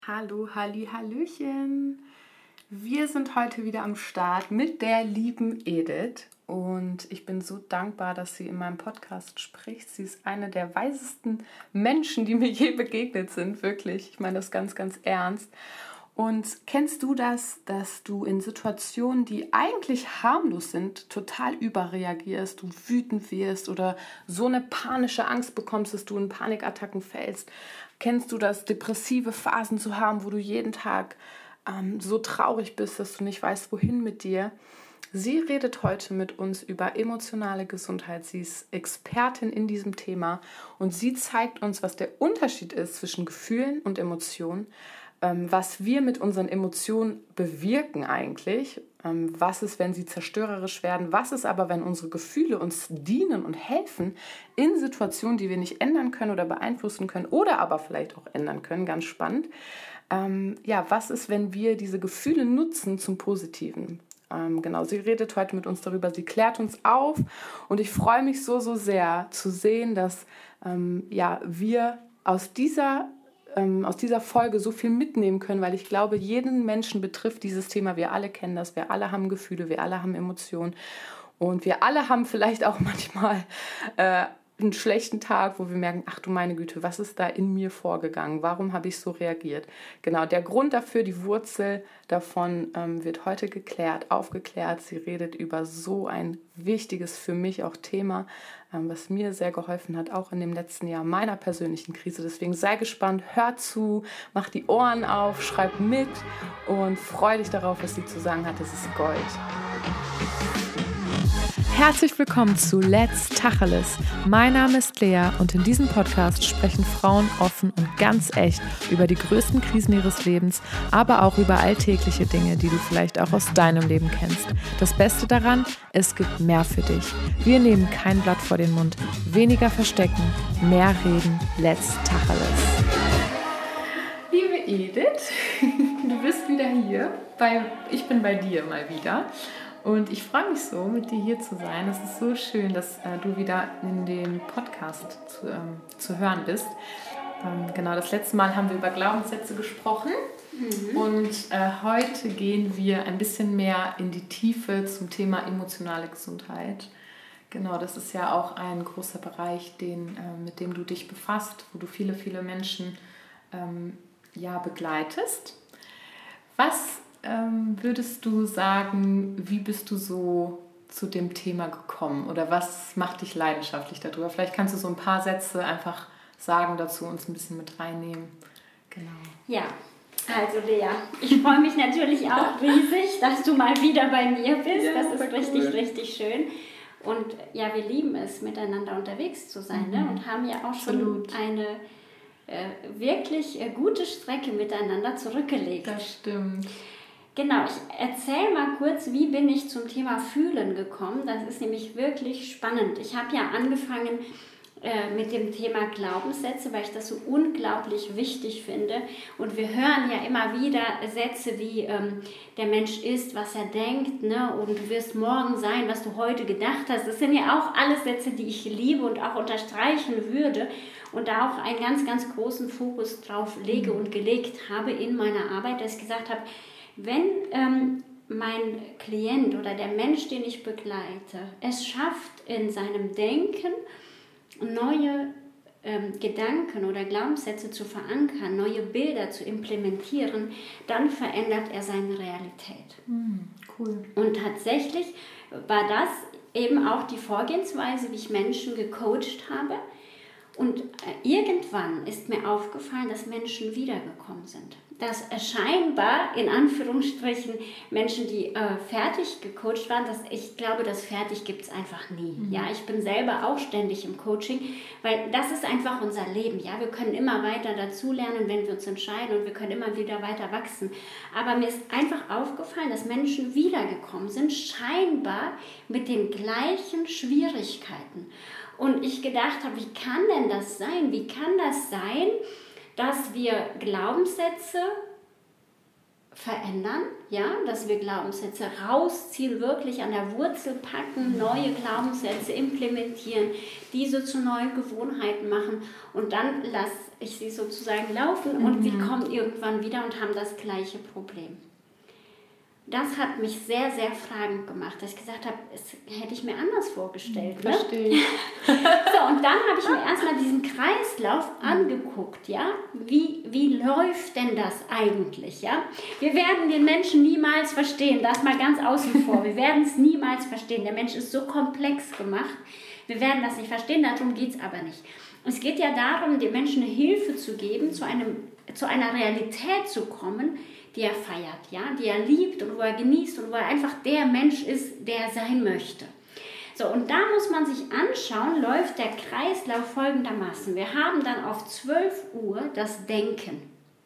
Hallo, Halli, Hallöchen. Wir sind heute wieder am Start mit der lieben Edith und ich bin so dankbar, dass sie in meinem Podcast spricht. Sie ist eine der weisesten Menschen, die mir je begegnet sind, wirklich. Ich meine das ganz, ganz ernst. Und kennst du das, dass du in Situationen, die eigentlich harmlos sind, total überreagierst, du wütend wirst oder so eine panische Angst bekommst, dass du in Panikattacken fällst? Kennst du das, depressive Phasen zu haben, wo du jeden Tag so traurig bist, dass du nicht weißt, wohin mit dir? Sie redet heute mit uns über emotionale Gesundheit. Sie ist Expertin in diesem Thema und sie zeigt uns, was der Unterschied ist zwischen Gefühlen und Emotionen, was wir mit unseren Emotionen bewirken eigentlich, was ist, wenn sie zerstörerisch werden, was ist aber, wenn unsere Gefühle uns dienen und helfen in Situationen, die wir nicht ändern können oder beeinflussen können oder aber vielleicht auch ändern können, ganz spannend. Was ist, wenn wir diese Gefühle nutzen zum Positiven? Genau, sie redet heute mit uns darüber, sie klärt uns auf und ich freue mich so sehr zu sehen, dass wir aus dieser Folge so viel mitnehmen können, weil ich glaube, jeden Menschen betrifft dieses Thema. Wir alle kennen das, wir alle haben Gefühle, wir alle haben Emotionen und wir alle haben vielleicht auch manchmal einen schlechten Tag, wo wir merken, ach du meine Güte, was ist da in mir vorgegangen? Warum habe ich so reagiert? Genau, der Grund dafür, die Wurzel davon wird heute aufgeklärt. Sie redet über so ein wichtiges für mich auch Thema, was mir sehr geholfen hat, auch in dem letzten Jahr meiner persönlichen Krise. Deswegen sei gespannt, hör zu, mach die Ohren auf, schreib mit und freu dich darauf, was sie zu sagen hat. Das ist Gold. Herzlich willkommen zu Let's Tacheles. Mein Name ist Lea und in diesem Podcast sprechen Frauen offen und ganz echt über die größten Krisen ihres Lebens, aber auch über alltägliche Dinge, die du vielleicht auch aus deinem Leben kennst. Das Beste daran, es gibt mehr für dich. Wir nehmen kein Blatt vor den Mund, weniger verstecken, mehr reden. Let's Tacheles. Liebe Edith, du bist wieder hier. Ich bin bei dir mal wieder. Und ich freue mich so, mit dir hier zu sein. Es ist so schön, dass du wieder in dem Podcast zu hören bist. Genau, das letzte Mal haben wir über Glaubenssätze gesprochen. Und heute gehen wir ein bisschen mehr in die Tiefe zum Thema emotionale Gesundheit. Genau, das ist ja auch ein großer Bereich, mit dem du dich befasst, wo du viele, viele Menschen begleitest. Was würdest du sagen, wie bist du so zu dem Thema gekommen oder was macht dich leidenschaftlich darüber? Vielleicht kannst du so ein paar Sätze einfach sagen dazu, uns ein bisschen mit reinnehmen. Genau. Ja, also Lea, ich freue mich natürlich auch riesig, dass du mal wieder bei mir bist. Ja, das ist richtig, cool. Richtig schön. Und ja, wir lieben es, miteinander unterwegs zu sein, ne? Und haben ja auch schon eine wirklich gute Strecke miteinander zurückgelegt. Das stimmt. Genau, ich erzähle mal kurz, wie bin ich zum Thema Fühlen gekommen. Das ist nämlich wirklich spannend. Ich habe ja angefangen mit dem Thema Glaubenssätze, weil ich das so unglaublich wichtig finde. Und wir hören ja immer wieder Sätze wie, der Mensch ist, was er denkt, ne? Und du wirst morgen sein, was du heute gedacht hast. Das sind ja auch alles Sätze, die ich liebe und auch unterstreichen würde. Und da auch einen ganz, ganz großen Fokus drauf lege und gelegt habe in meiner Arbeit, dass ich gesagt habe, wenn mein Klient oder der Mensch, den ich begleite, es schafft, in seinem Denken neue Gedanken oder Glaubenssätze zu verankern, neue Bilder zu implementieren, dann verändert er seine Realität. Cool. Und tatsächlich war das eben auch die Vorgehensweise, wie ich Menschen gecoacht habe. Und irgendwann ist mir aufgefallen, dass Menschen wiedergekommen sind. Dass scheinbar, in Anführungsstrichen, Menschen, die fertig gecoacht waren, ich glaube, das fertig gibt es einfach nie. Ja, ich bin selber auch ständig im Coaching, weil das ist einfach unser Leben. Ja, wir können immer weiter dazulernen, wenn wir uns entscheiden und wir können immer wieder weiter wachsen. Aber mir ist einfach aufgefallen, dass Menschen wiedergekommen sind, scheinbar mit den gleichen Schwierigkeiten. Und ich gedacht habe, wie kann denn das sein? Wie kann das sein, dass wir Glaubenssätze verändern, ja, dass wir Glaubenssätze rausziehen, wirklich an der Wurzel packen, neue Glaubenssätze implementieren, diese zu neuen Gewohnheiten machen und dann lasse ich sie sozusagen laufen und sie kommen irgendwann wieder und haben das gleiche Problem. Das hat mich sehr, sehr fragend gemacht, dass ich gesagt habe, das hätte ich mir anders vorgestellt. Ne? Verstehe ich. So, und dann habe ich mir erstmal diesen Kreislauf angeguckt, ja, wie läuft denn das eigentlich, ja? Wir werden den Menschen niemals verstehen, das mal ganz außen vor, wir werden es niemals verstehen, der Mensch ist so komplex gemacht, wir werden das nicht verstehen, darum geht es aber nicht. Es geht ja darum, den Menschen eine Hilfe zu geben, zu einer Realität zu kommen, die er feiert, ja, die er liebt und wo er genießt und wo er einfach der Mensch ist, der er sein möchte. So, und da muss man sich anschauen, läuft der Kreislauf folgendermaßen. Wir haben dann auf 12 Uhr das Denken.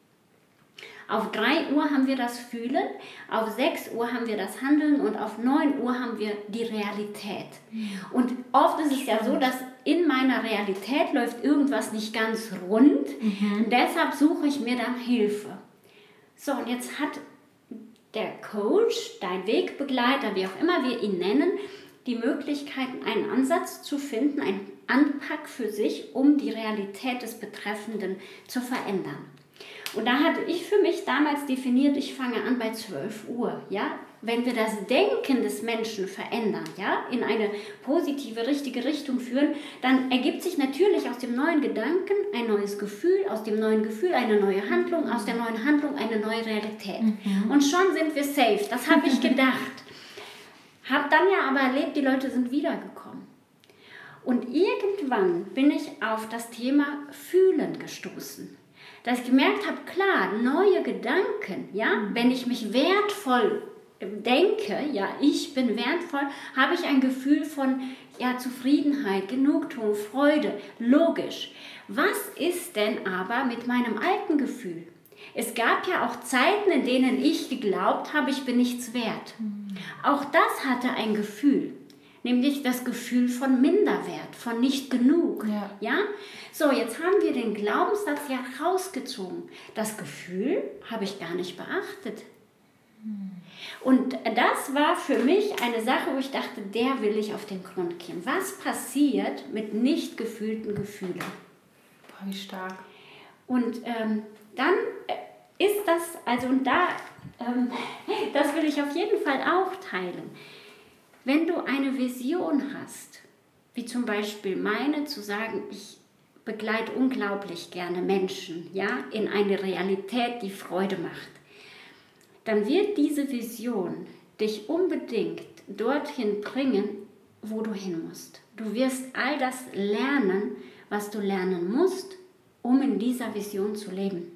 Auf 3 Uhr haben wir das Fühlen, auf 6 Uhr haben wir das Handeln und auf 9 Uhr haben wir die Realität. Und oft ist es ja so, dass in meiner Realität läuft irgendwas nicht ganz rund. Und deshalb suche ich mir dann Hilfe. So, und jetzt hat der Coach, dein Wegbegleiter, wie auch immer wir ihn nennen, die Möglichkeit, einen Ansatz zu finden, einen Anpack für sich, um die Realität des Betreffenden zu verändern. Und da hatte ich für mich damals definiert, ich fange an bei 12 Uhr. Ja? Wenn wir das Denken des Menschen verändern, ja, in eine positive, richtige Richtung führen, dann ergibt sich natürlich aus dem neuen Gedanken ein neues Gefühl, aus dem neuen Gefühl eine neue Handlung, aus der neuen Handlung eine neue Realität. Und schon sind wir safe. Das habe ich gedacht. Habe dann ja aber erlebt, die Leute sind wiedergekommen. Und irgendwann bin ich auf das Thema Fühlen gestoßen. Dass ich gemerkt habe, klar, neue Gedanken, ja, wenn ich mich wertvoll denke, ja, ich bin wertvoll, habe ich ein Gefühl von Zufriedenheit, Genugtuung, Freude, logisch. Was ist denn aber mit meinem alten Gefühl? Es gab ja auch Zeiten, in denen ich geglaubt habe, ich bin nichts wert. Auch das hatte ein Gefühl, nämlich das Gefühl von Minderwert, von nicht genug. Ja? So, jetzt haben wir den Glaubenssatz ja rausgezogen. Das Gefühl habe ich gar nicht beachtet. Und das war für mich eine Sache, wo ich dachte, der will ich auf den Grund gehen. Was passiert mit nicht gefühlten Gefühlen? Boah, wie stark. Und dann ist das, also und da, das will ich auf jeden Fall auch teilen. Wenn du eine Vision hast, wie zum Beispiel meine, zu sagen, ich begleite unglaublich gerne Menschen, ja, in eine Realität, die Freude macht, dann wird diese Vision dich unbedingt dorthin bringen, wo du hin musst. Du wirst all das lernen, was du lernen musst, um in dieser Vision zu leben.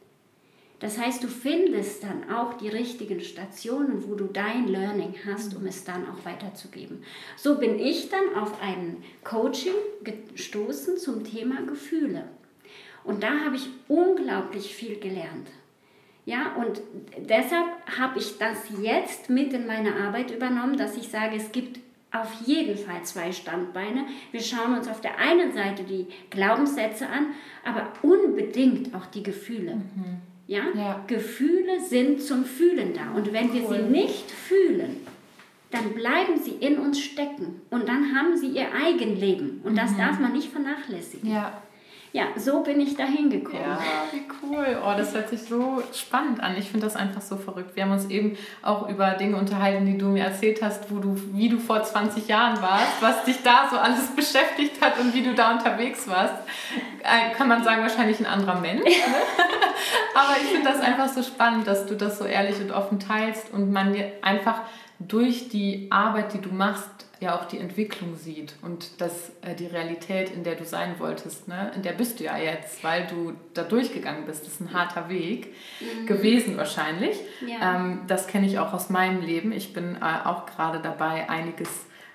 Das heißt, du findest dann auch die richtigen Stationen, wo du dein Learning hast, um es dann auch weiterzugeben. So bin ich dann auf ein Coaching gestoßen zum Thema Gefühle. Und da habe ich unglaublich viel gelernt. Ja, und deshalb habe ich das jetzt mit in meine Arbeit übernommen, dass ich sage, es gibt auf jeden Fall 2 Standbeine. Wir schauen uns auf der einen Seite die Glaubenssätze an, aber unbedingt auch die Gefühle. Ja? Gefühle sind zum Fühlen da. Und wenn wir sie nicht fühlen, dann bleiben sie in uns stecken. Und dann haben sie ihr Eigenleben. Und das darf man nicht vernachlässigen. Ja, so bin ich da hingekommen. Ja, wie cool. Oh, das hört sich so spannend an. Ich finde das einfach so verrückt. Wir haben uns eben auch über Dinge unterhalten, die du mir erzählt hast, wie du vor 20 Jahren warst, was dich da so alles beschäftigt hat und wie du da unterwegs warst. Kann man sagen, wahrscheinlich ein anderer Mensch. Ne? Aber ich finde das einfach so spannend, dass du das so ehrlich und offen teilst und man dir einfach durch die Arbeit, die du machst, ja auch die Entwicklung sieht und die Realität, in der du sein wolltest, ne? In der bist du ja jetzt, weil du da durchgegangen bist. Das ist ein harter Weg gewesen wahrscheinlich. Ja. Das kenne ich auch aus meinem Leben. Ich bin auch gerade dabei, einiges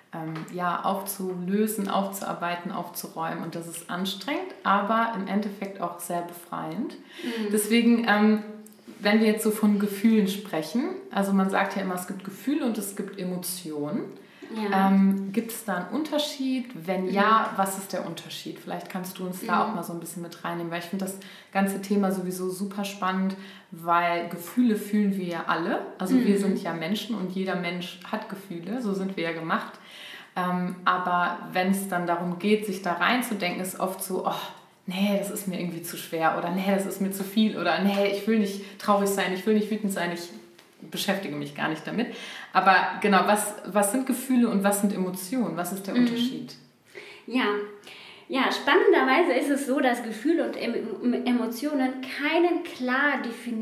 aufzulösen, aufzuarbeiten, aufzuräumen und das ist anstrengend, aber im Endeffekt auch sehr befreiend. Deswegen, wenn wir jetzt so von Gefühlen sprechen, also man sagt ja immer, es gibt Gefühle und es gibt Emotionen. Ja. Gibt es da einen Unterschied? Wenn ja, was ist der Unterschied? Vielleicht kannst du uns da auch mal so ein bisschen mit reinnehmen, weil ich finde das ganze Thema sowieso super spannend, weil Gefühle fühlen wir ja alle. Also wir sind ja Menschen und jeder Mensch hat Gefühle, so sind wir ja gemacht. Aber wenn es dann darum geht, sich da reinzudenken, ist oft so, oh, nee, das ist mir irgendwie zu schwer oder nee, das ist mir zu viel oder nee, ich will nicht traurig sein, ich will nicht wütend sein, ich beschäftige mich gar nicht damit. Aber genau, was sind Gefühle und was sind Emotionen? Was ist der Unterschied? Ja, spannenderweise ist es so, dass Gefühle und Emotionen kein klar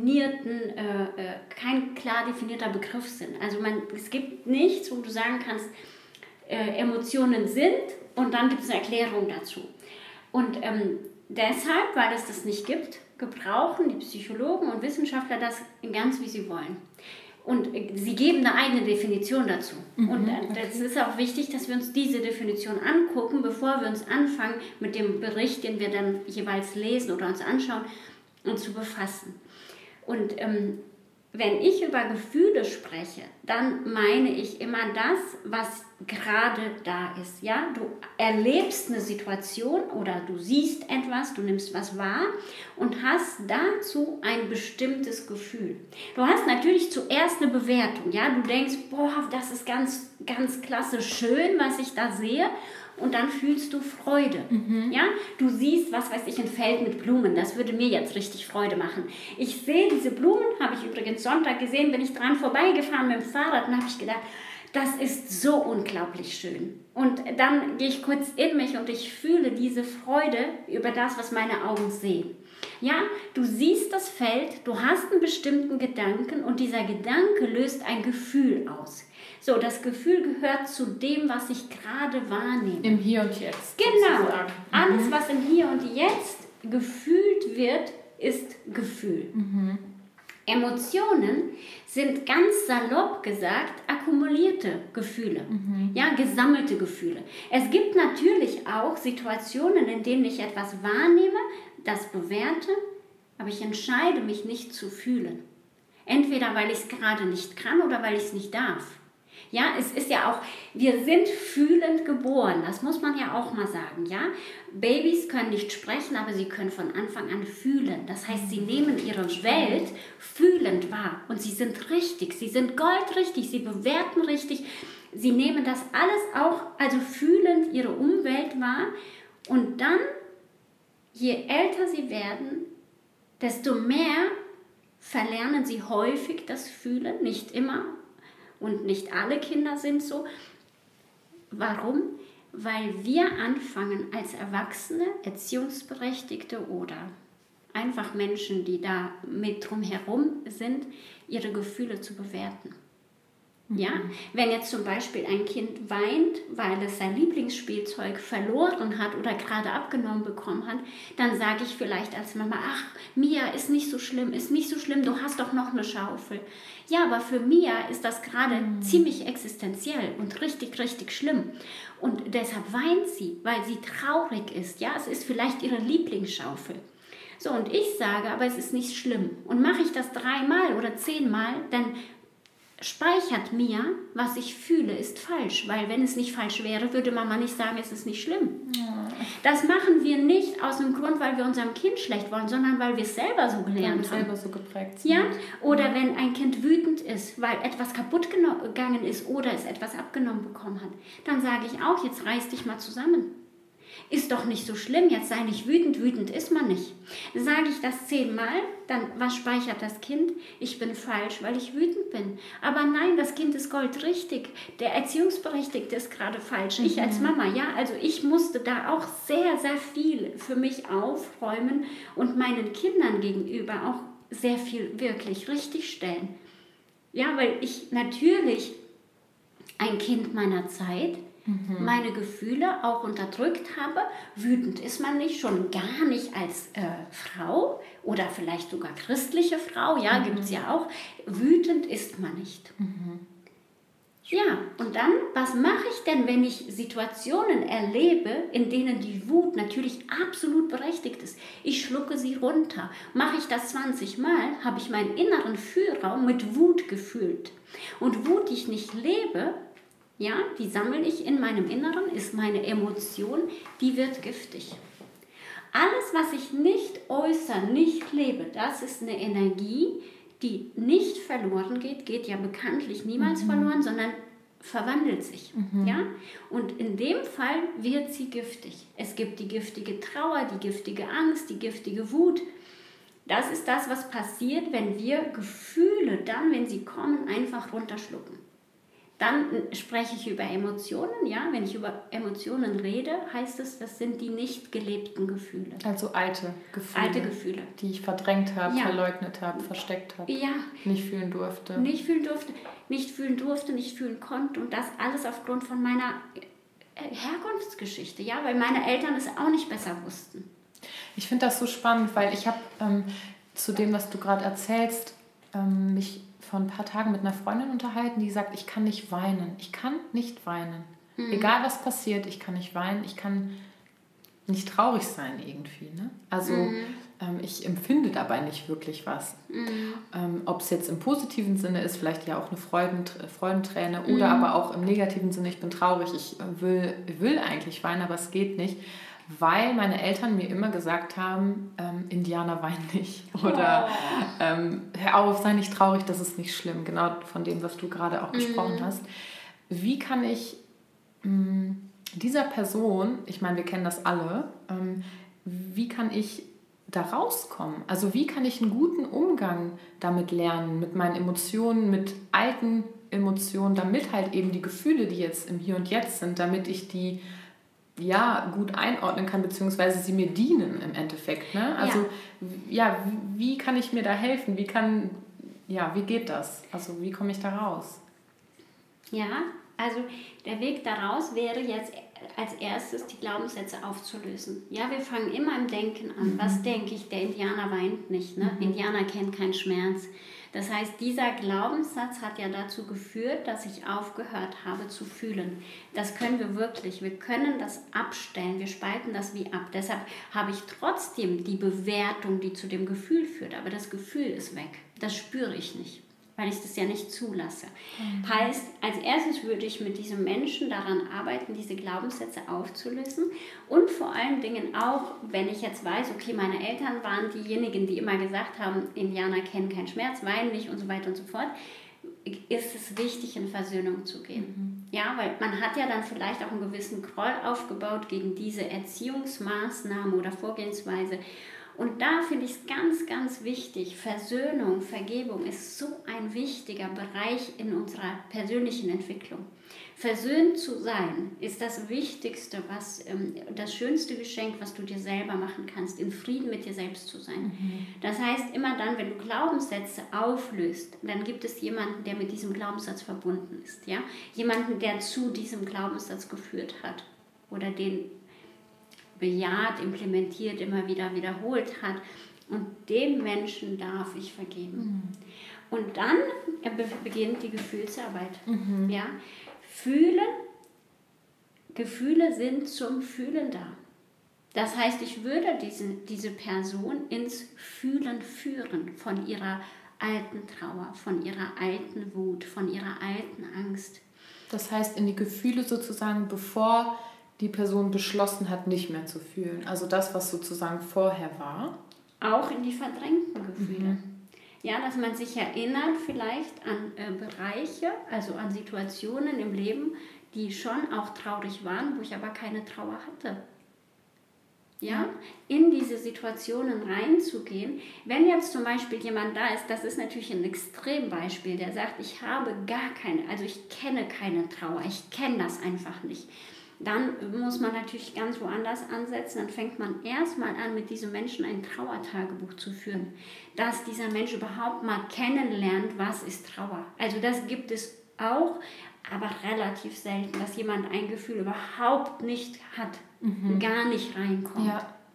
definierter Begriff sind. Also es gibt nichts, wo du sagen kannst, Emotionen sind und dann gibt es eine Erklärung dazu. Und deshalb, weil es das nicht gibt, gebrauchen die Psychologen und Wissenschaftler das ganz wie sie wollen. Und sie geben eine eigene Definition dazu. Und das ist auch wichtig, dass wir uns diese Definition angucken, bevor wir uns anfangen, mit dem Bericht, den wir dann jeweils lesen oder uns anschauen, uns zu befassen. Und wenn ich über Gefühle spreche, dann meine ich immer das, was gerade da ist. Ja? Du erlebst eine Situation oder du siehst etwas, du nimmst was wahr und hast dazu ein bestimmtes Gefühl. Du hast natürlich zuerst eine Bewertung. Ja? Du denkst, boah, das ist ganz, ganz klasse schön, was ich da sehe. Und dann fühlst du Freude. Ja? Du siehst, was weiß ich, ein Feld mit Blumen. Das würde mir jetzt richtig Freude machen. Ich sehe diese Blumen, habe ich übrigens Sonntag gesehen, bin ich dran vorbeigefahren mit dem Fahrrad und habe ich gedacht, das ist so unglaublich schön. Und dann gehe ich kurz in mich und ich fühle diese Freude über das, was meine Augen sehen. Ja, du siehst das Feld, du hast einen bestimmten Gedanken und dieser Gedanke löst ein Gefühl aus. So, das Gefühl gehört zu dem, was ich gerade wahrnehme. Im Hier und Jetzt. Genau. Alles, was im Hier und Jetzt gefühlt wird, ist Gefühl. Emotionen sind ganz salopp gesagt akkumulierte Gefühle, ja, gesammelte Gefühle. Es gibt natürlich auch Situationen, in denen ich etwas wahrnehme, das bewerte, aber ich entscheide mich nicht zu fühlen. Entweder weil ich es gerade nicht kann oder weil ich es nicht darf. Ja, es ist ja auch, wir sind fühlend geboren, das muss man ja auch mal sagen, ja. Babys können nicht sprechen, aber sie können von Anfang an fühlen. Das heißt, sie nehmen ihre Welt fühlend wahr und sie sind richtig, sie sind goldrichtig, sie bewerten richtig, sie nehmen das alles auch, also fühlend ihre Umwelt wahr und dann, je älter sie werden, desto mehr verlernen sie häufig das Fühlen, nicht immer. Und nicht alle Kinder sind so. Warum? Weil wir anfangen als Erwachsene, Erziehungsberechtigte oder einfach Menschen, die da mit drumherum sind, ihre Gefühle zu bewerten. Ja? Wenn jetzt zum Beispiel ein Kind weint, weil es sein Lieblingsspielzeug verloren hat oder gerade abgenommen bekommen hat, dann sage ich vielleicht als Mama, ach, Mia, ist nicht so schlimm, du hast doch noch eine Schaufel. Ja, aber für Mia ist das gerade ziemlich existenziell und richtig, richtig schlimm. Und deshalb weint sie, weil sie traurig ist. Ja, es ist vielleicht ihre Lieblingsschaufel. So, und ich sage, aber es ist nicht schlimm. Und mache ich das 3-mal oder 10-mal, dann speichert Mia, was ich fühle, ist falsch. Weil wenn es nicht falsch wäre, würde Mama nicht sagen, es ist nicht schlimm. Ja. Das machen wir nicht aus dem Grund, weil wir unserem Kind schlecht wollen, sondern weil wir es selber so gelernt haben. Selber so geprägt sind. Ja? Oder wenn ein Kind wütend ist, weil etwas kaputt gegangen ist oder es etwas abgenommen bekommen hat, dann sage ich auch, jetzt reiß dich mal zusammen. Ist doch nicht so schlimm, jetzt sei nicht wütend, wütend ist man nicht. Sage ich das 10-mal, dann was speichert das Kind? Ich bin falsch, weil ich wütend bin. Aber nein, das Kind ist goldrichtig. Der Erziehungsberechtigte ist gerade falsch. Ich als Mama, ja, also ich musste da auch sehr, sehr viel für mich aufräumen und meinen Kindern gegenüber auch sehr viel wirklich richtig stellen. Ja, weil ich natürlich ein Kind meiner Zeit meine Gefühle auch unterdrückt habe. Wütend ist man nicht, schon gar nicht als Frau oder vielleicht sogar christliche Frau, ja, gibt es ja auch. Wütend ist man nicht. Ja, und dann, was mache ich denn, wenn ich Situationen erlebe, in denen die Wut natürlich absolut berechtigt ist? Ich schlucke sie runter. Mache ich das 20-mal, habe ich meinen inneren Fühlraum mit Wut gefüllt. Und Wut, die ich nicht lebe, ja, die sammle ich in meinem Inneren, ist meine Emotion, die wird giftig. Alles, was ich nicht äußere, nicht lebe, das ist eine Energie, die nicht verloren geht, geht ja bekanntlich niemals verloren, sondern verwandelt sich. Ja? Und in dem Fall wird sie giftig. Es gibt die giftige Trauer, die giftige Angst, die giftige Wut. Das ist das, was passiert, wenn wir Gefühle dann, wenn sie kommen, einfach runterschlucken. Dann spreche ich über Emotionen. Ja? Wenn ich über Emotionen rede, heißt es, das sind die nicht gelebten Gefühle. Also alte Gefühle. Alte Gefühle. Die ich verdrängt habe, verleugnet habe, versteckt habe. Ja. Nicht fühlen durfte. Nicht fühlen durfte, nicht fühlen konnte. Und das alles aufgrund von meiner Herkunftsgeschichte. Ja? Weil meine Eltern es auch nicht besser wussten. Ich finde das so spannend, weil ich habe zu dem, was du gerade erzählst, mich vor ein paar Tagen mit einer Freundin unterhalten, die sagt, ich kann nicht weinen. Ich kann nicht weinen. Egal was passiert, ich kann nicht weinen. Ich kann nicht traurig sein irgendwie. Ne? Also ich empfinde dabei nicht wirklich was. Ob es jetzt im positiven Sinne ist, vielleicht ja auch eine Freudenträne oder aber auch im negativen Sinne, ich bin traurig, ich will eigentlich weinen, aber es geht nicht. Weil meine Eltern mir immer gesagt haben, Indianer weinen nicht. Oder hör auf, sei nicht traurig, das ist nicht schlimm. Genau von dem, was du gerade auch gesprochen hast. Wie kann ich dieser Person, ich meine, wir kennen das alle, wie kann ich da rauskommen? Also wie kann ich einen guten Umgang damit lernen, mit meinen Emotionen, mit alten Emotionen, damit halt eben die Gefühle, die jetzt im Hier und Jetzt sind, damit ich die gut einordnen kann, beziehungsweise sie mir dienen im Endeffekt. Ne? Also wie kann ich mir da helfen? Wie geht das? Also wie komme ich da raus? Ja, also der Weg daraus wäre jetzt als erstes die Glaubenssätze aufzulösen. Ja, wir fangen immer im Denken an. Was denke ich? Der Indianer weint nicht. Ne? Indianer kennt keinen Schmerz. Das heißt, dieser Glaubenssatz hat ja dazu geführt, dass ich aufgehört habe zu fühlen. Das können wir wirklich. Wir können das abstellen. Wir spalten das wie ab. Deshalb habe ich trotzdem die Bewertung, die zu dem Gefühl führt. Aber das Gefühl ist weg. Das spüre ich nicht, weil ich das ja nicht zulasse. Heißt, als erstes würde ich mit diesem Menschen daran arbeiten, diese Glaubenssätze aufzulösen und vor allen Dingen auch, wenn ich jetzt weiß, okay, meine Eltern waren diejenigen, die immer gesagt haben, Indianer kennen keinen Schmerz, weinen nicht und so weiter und so fort, ist es wichtig, in Versöhnung zu gehen. Ja, weil man hat ja dann vielleicht auch einen gewissen Groll aufgebaut gegen diese Erziehungsmaßnahme oder Vorgehensweise. Und da finde ich es ganz, ganz wichtig, Versöhnung, Vergebung ist so ein wichtiger Bereich in unserer persönlichen Entwicklung. Versöhnt zu sein ist das Wichtigste, das schönste Geschenk, was du dir selber machen kannst, in Frieden mit dir selbst zu sein. Das heißt, immer dann, wenn du Glaubenssätze auflöst, dann gibt es jemanden, der mit diesem Glaubenssatz verbunden ist. Ja? Jemanden, der zu diesem Glaubenssatz geführt hat oder den bejaht, implementiert, immer wieder wiederholt hat. Und dem Menschen darf ich vergeben. Und dann beginnt die Gefühlsarbeit. Ja? Fühlen, Gefühle sind zum Fühlen da. Das heißt, ich würde diese Person ins Fühlen führen von ihrer alten Trauer, von ihrer alten Wut, von ihrer alten Angst. Das heißt, in die Gefühle sozusagen, bevor die Person beschlossen hat, nicht mehr zu fühlen. Also das, was sozusagen vorher war. Auch in die verdrängten Gefühle. Ja, dass man sich erinnert vielleicht an Bereiche, also an Situationen im Leben, die schon auch traurig waren, wo ich aber keine Trauer hatte. Ja, in diese Situationen reinzugehen. Wenn jetzt zum Beispiel jemand da ist, das ist natürlich ein Extrembeispiel, der sagt, ich habe ich kenne keine Trauer, ich kenne das einfach nicht. Dann muss man natürlich ganz woanders ansetzen. Dann fängt man erstmal an, mit diesem Menschen ein Trauertagebuch zu führen. Dass dieser Mensch überhaupt mal kennenlernt, was ist Trauer. Also das gibt es auch, aber relativ selten, dass jemand ein Gefühl überhaupt nicht hat, gar nicht reinkommt.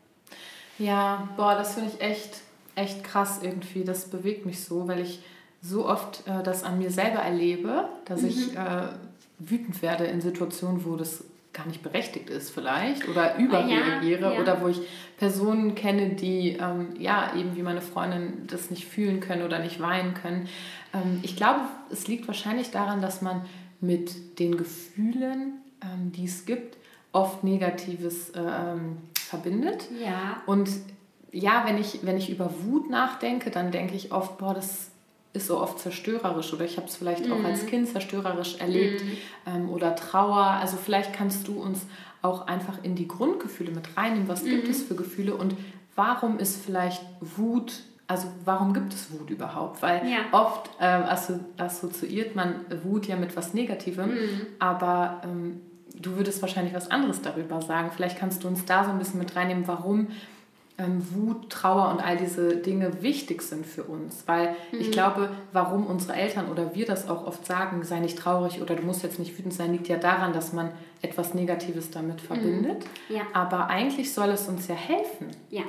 Ja, das finde ich echt krass irgendwie. Das bewegt mich so, weil ich so oft das an mir selber erlebe, dass ich wütend werde in Situationen, wo das gar nicht berechtigt ist vielleicht oder überreagiere oder wo ich Personen kenne, die eben wie meine Freundin das nicht fühlen können oder nicht weinen können. Ich glaube, es liegt wahrscheinlich daran, dass man mit den Gefühlen, die es gibt, oft Negatives verbindet. Ja. Und ja, wenn ich über Wut nachdenke, dann denke ich oft, boah, das ist so oft zerstörerisch oder ich habe es vielleicht auch als Kind zerstörerisch erlebt oder Trauer. Also vielleicht kannst du uns auch einfach in die Grundgefühle mit reinnehmen. Was gibt es für Gefühle und warum ist vielleicht Wut, also warum gibt es Wut überhaupt? Weil oft assoziiert man Wut ja mit was Negativem, aber du würdest wahrscheinlich was anderes darüber sagen. Vielleicht kannst du uns da so ein bisschen mit reinnehmen, warum Wut, Trauer und all diese Dinge wichtig sind für uns. Weil ich glaube, warum unsere Eltern oder wir das auch oft sagen, sei nicht traurig oder du musst jetzt nicht wütend sein, liegt ja daran, dass man etwas Negatives damit verbindet. Ja. Aber eigentlich soll es uns ja helfen.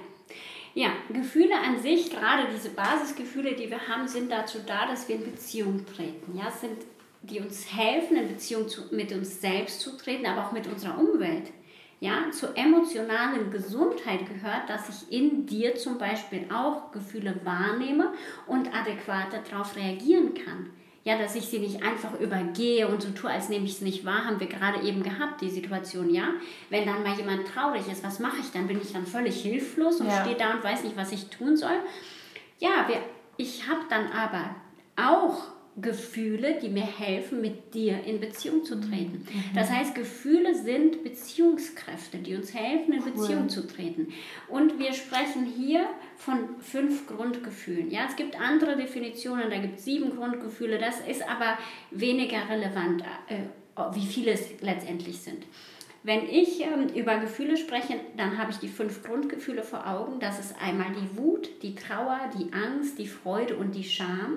Ja, Gefühle an sich, gerade diese Basisgefühle, die wir haben, sind dazu da, dass wir in Beziehung treten. Ja, sind die uns helfen, in Beziehung mit uns selbst zu treten, aber auch mit unserer Umwelt. Ja, zur emotionalen Gesundheit gehört, dass ich in dir zum Beispiel auch Gefühle wahrnehme und adäquat darauf reagieren kann. Ja, dass ich sie nicht einfach übergehe und so tue, als nehme ich es nicht wahr, haben wir gerade eben gehabt, die Situation, ja. Wenn dann mal jemand traurig ist, was mache ich dann? Bin ich dann völlig hilflos und stehe da und weiß nicht, was ich tun soll? Ja, ich habe dann aber auch Gefühle, die mir helfen, mit dir in Beziehung zu treten. Das heißt, Gefühle sind Beziehungskräfte, die uns helfen, in Beziehung zu treten. Und wir sprechen hier von 5 Grundgefühlen. Ja, es gibt andere Definitionen, da gibt es 7 Grundgefühle, das ist aber weniger relevant, wie viele es letztendlich sind. Wenn ich über Gefühle spreche, dann habe ich die 5 Grundgefühle vor Augen. Das ist einmal die Wut, die Trauer, die Angst, die Freude und die Scham.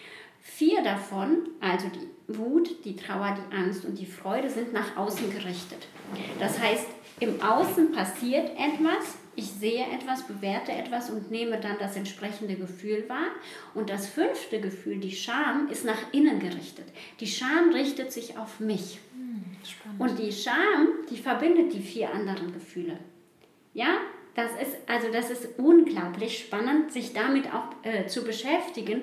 4 davon, also die Wut, die Trauer, die Angst und die Freude, sind nach außen gerichtet. Das heißt, im Außen passiert etwas, ich sehe etwas, bewerte etwas und nehme dann das entsprechende Gefühl wahr. Und das 5. Gefühl, die Scham, ist nach innen gerichtet. Die Scham richtet sich auf mich. Spannend. Und die Scham, die verbindet die 4 anderen Gefühle. Ja, das ist unglaublich spannend, sich damit auch zu beschäftigen.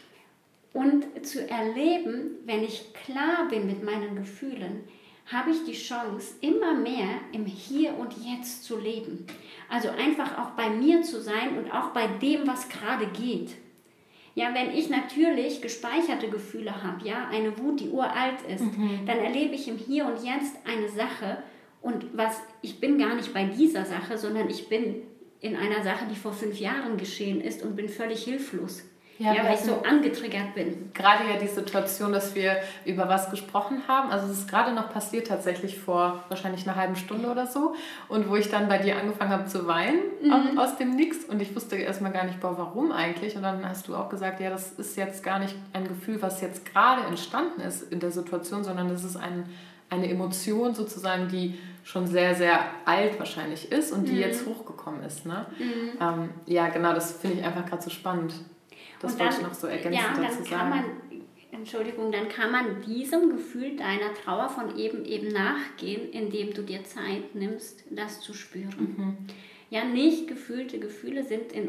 Und zu erleben, wenn ich klar bin mit meinen Gefühlen, habe ich die Chance, immer mehr im Hier und Jetzt zu leben. Also einfach auch bei mir zu sein und auch bei dem, was gerade geht. Ja, wenn ich natürlich gespeicherte Gefühle habe, ja, eine Wut, die uralt ist, dann erlebe ich im Hier und Jetzt eine Sache und ich bin gar nicht bei dieser Sache, sondern ich bin in einer Sache, die vor 5 Jahren geschehen ist und bin völlig hilflos. Ja, weil ich so angetriggert bin. Gerade ja die Situation, dass wir über was gesprochen haben. Also es ist gerade noch passiert tatsächlich vor wahrscheinlich einer halben Stunde oder so. Und wo ich dann bei dir angefangen habe zu weinen aus dem Nix. Und ich wusste erstmal gar nicht, warum eigentlich. Und dann hast du auch gesagt, ja, das ist jetzt gar nicht ein Gefühl, was jetzt gerade entstanden ist in der Situation, sondern das ist eine Emotion sozusagen, die schon sehr, sehr alt wahrscheinlich ist und die jetzt hochgekommen ist. Ne? Ja, genau, das finde ich einfach gerade so spannend. Das wollte ich noch so ergänzend dazu sagen. Dann kann man diesem Gefühl deiner Trauer von eben nachgehen, indem du dir Zeit nimmst, das zu spüren. Ja, nicht gefühlte Gefühle sind in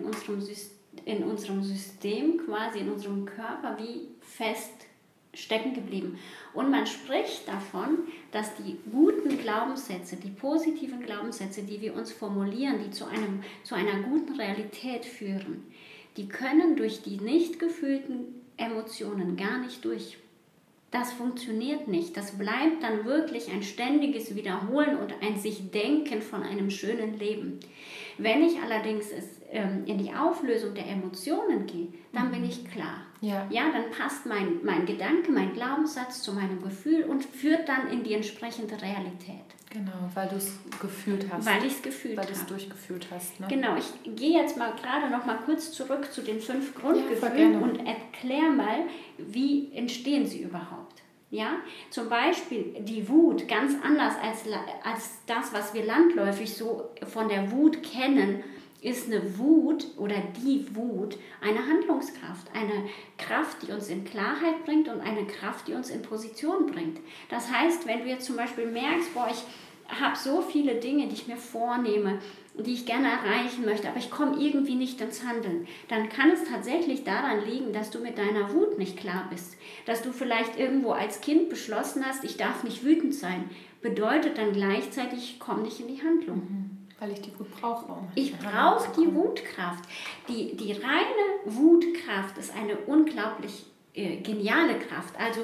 unserem System, quasi in unserem Körper, wie fest stecken geblieben. Und man spricht davon, dass die guten Glaubenssätze, die positiven Glaubenssätze, die wir uns formulieren, die zu einer guten Realität führen, die können durch die nicht gefühlten Emotionen gar nicht durch. Das funktioniert nicht. Das bleibt dann wirklich ein ständiges Wiederholen und ein sich Denken von einem schönen Leben. Wenn ich allerdings in die Auflösung der Emotionen gehe, dann bin ich klar. Ja, dann passt mein Gedanke, mein Glaubenssatz zu meinem Gefühl und führt dann in die entsprechende Realität. Genau, weil du es gefühlt hast. Weil ich es gefühlt habe. Weil du es durchgefühlt hast. Ne? Genau, ich gehe jetzt mal gerade noch mal kurz zurück zu den 5 Grundgefühlen und erkläre mal, wie entstehen sie überhaupt. Ja, zum Beispiel die Wut, ganz anders als das, was wir landläufig so von der Wut kennen, ist eine Wut oder die Wut eine Handlungskraft, eine Kraft, die uns in Klarheit bringt und eine Kraft, die uns in Position bringt. Das heißt, wenn du jetzt zum Beispiel merkst, habe so viele Dinge, die ich mir vornehme, die ich gerne erreichen möchte, aber ich komme irgendwie nicht ins Handeln, dann kann es tatsächlich daran liegen, dass du mit deiner Wut nicht klar bist. Dass du vielleicht irgendwo als Kind beschlossen hast, ich darf nicht wütend sein, bedeutet dann gleichzeitig, ich komme nicht in die Handlung. Weil ich die Wut brauche. Ich brauche die Wutkraft. Die reine Wutkraft ist eine unglaublich geniale Kraft. Also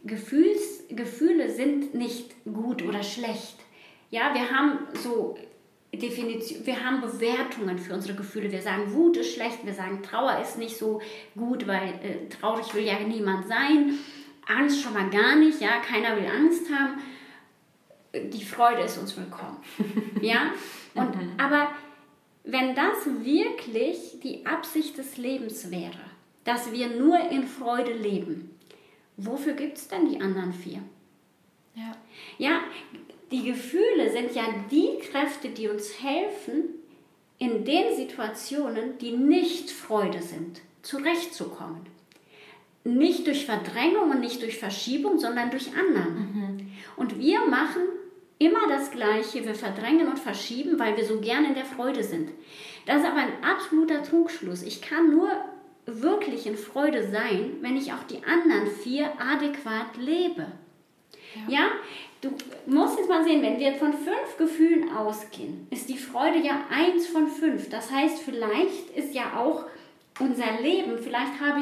Gefühle sind nicht gut oder schlecht. Ja, wir haben so wir haben Bewertungen für unsere Gefühle. Wir sagen, Wut ist schlecht, wir sagen, Trauer ist nicht so gut, weil traurig will ja niemand sein. Angst schon mal gar nicht, ja, keiner will Angst haben. Die Freude ist uns willkommen. Ja? Aber wenn das wirklich die Absicht des Lebens wäre, dass wir nur in Freude leben, wofür gibt es denn die anderen 4? Ja, die Gefühle sind ja die Kräfte, die uns helfen, in den Situationen, die nicht Freude sind, zurechtzukommen. Nicht durch Verdrängung und nicht durch Verschiebung, sondern durch anderen. Und wir machen immer das Gleiche. Wir verdrängen und verschieben, weil wir so gern in der Freude sind. Das ist aber ein absoluter Trugschluss. Ich kann nur wirklich in Freude sein, wenn ich auch die anderen 4 adäquat lebe. Ja, du musst jetzt mal sehen, wenn wir von 5 Gefühlen ausgehen, ist die Freude ja 1 von 5. Das heißt, vielleicht ist ja auch unser Leben, vielleicht habe ich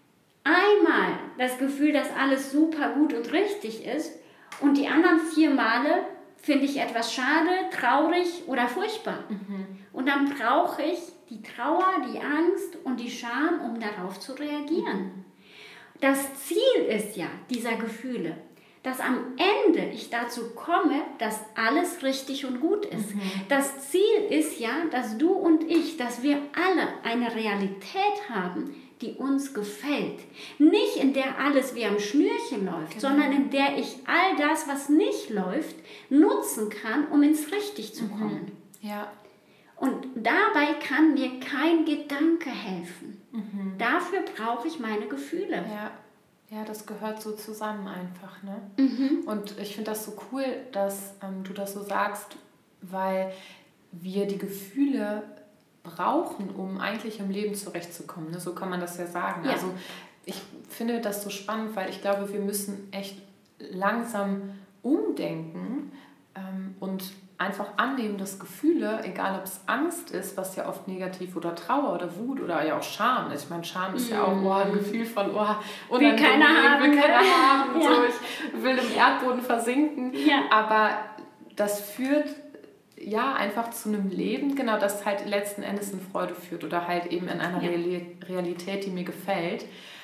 einmal das Gefühl, dass alles super gut und richtig ist und die anderen 4 Male finde ich etwas schade, traurig oder furchtbar. Und dann brauche ich die Trauer, die Angst und die Scham, um darauf zu reagieren. Das Ziel ist ja dieser Gefühle, dass am Ende ich dazu komme, dass alles richtig und gut ist. Das Ziel ist ja, dass du und ich, dass wir alle eine Realität haben, die uns gefällt. Nicht in der alles wie am Schnürchen läuft, sondern in der ich all das, was nicht läuft, nutzen kann, um ins Richtig zu kommen. Ja. Und dabei kann mir kein Gedanke helfen. Dafür brauche ich meine Gefühle. Ja, das gehört so zusammen einfach, ne? Und ich finde das so cool, dass du das so sagst, weil wir die Gefühle brauchen, um eigentlich im Leben zurechtzukommen. Ne? So kann man das ja sagen. Ja. Also ich finde das so spannend, weil ich glaube, wir müssen echt langsam umdenken und einfach annehmen, dass Gefühle, egal ob es Angst ist, was ja oft negativ oder Trauer oder Wut oder ja auch Scham ist. Ich meine, Scham ist ja auch ein Gefühl von, will keiner haben. So, ich will im Erdboden versinken. Ja. Aber das führt ja einfach zu einem Leben, genau, das halt letzten Endes in Freude führt oder halt eben in einer Realität, die mir gefällt.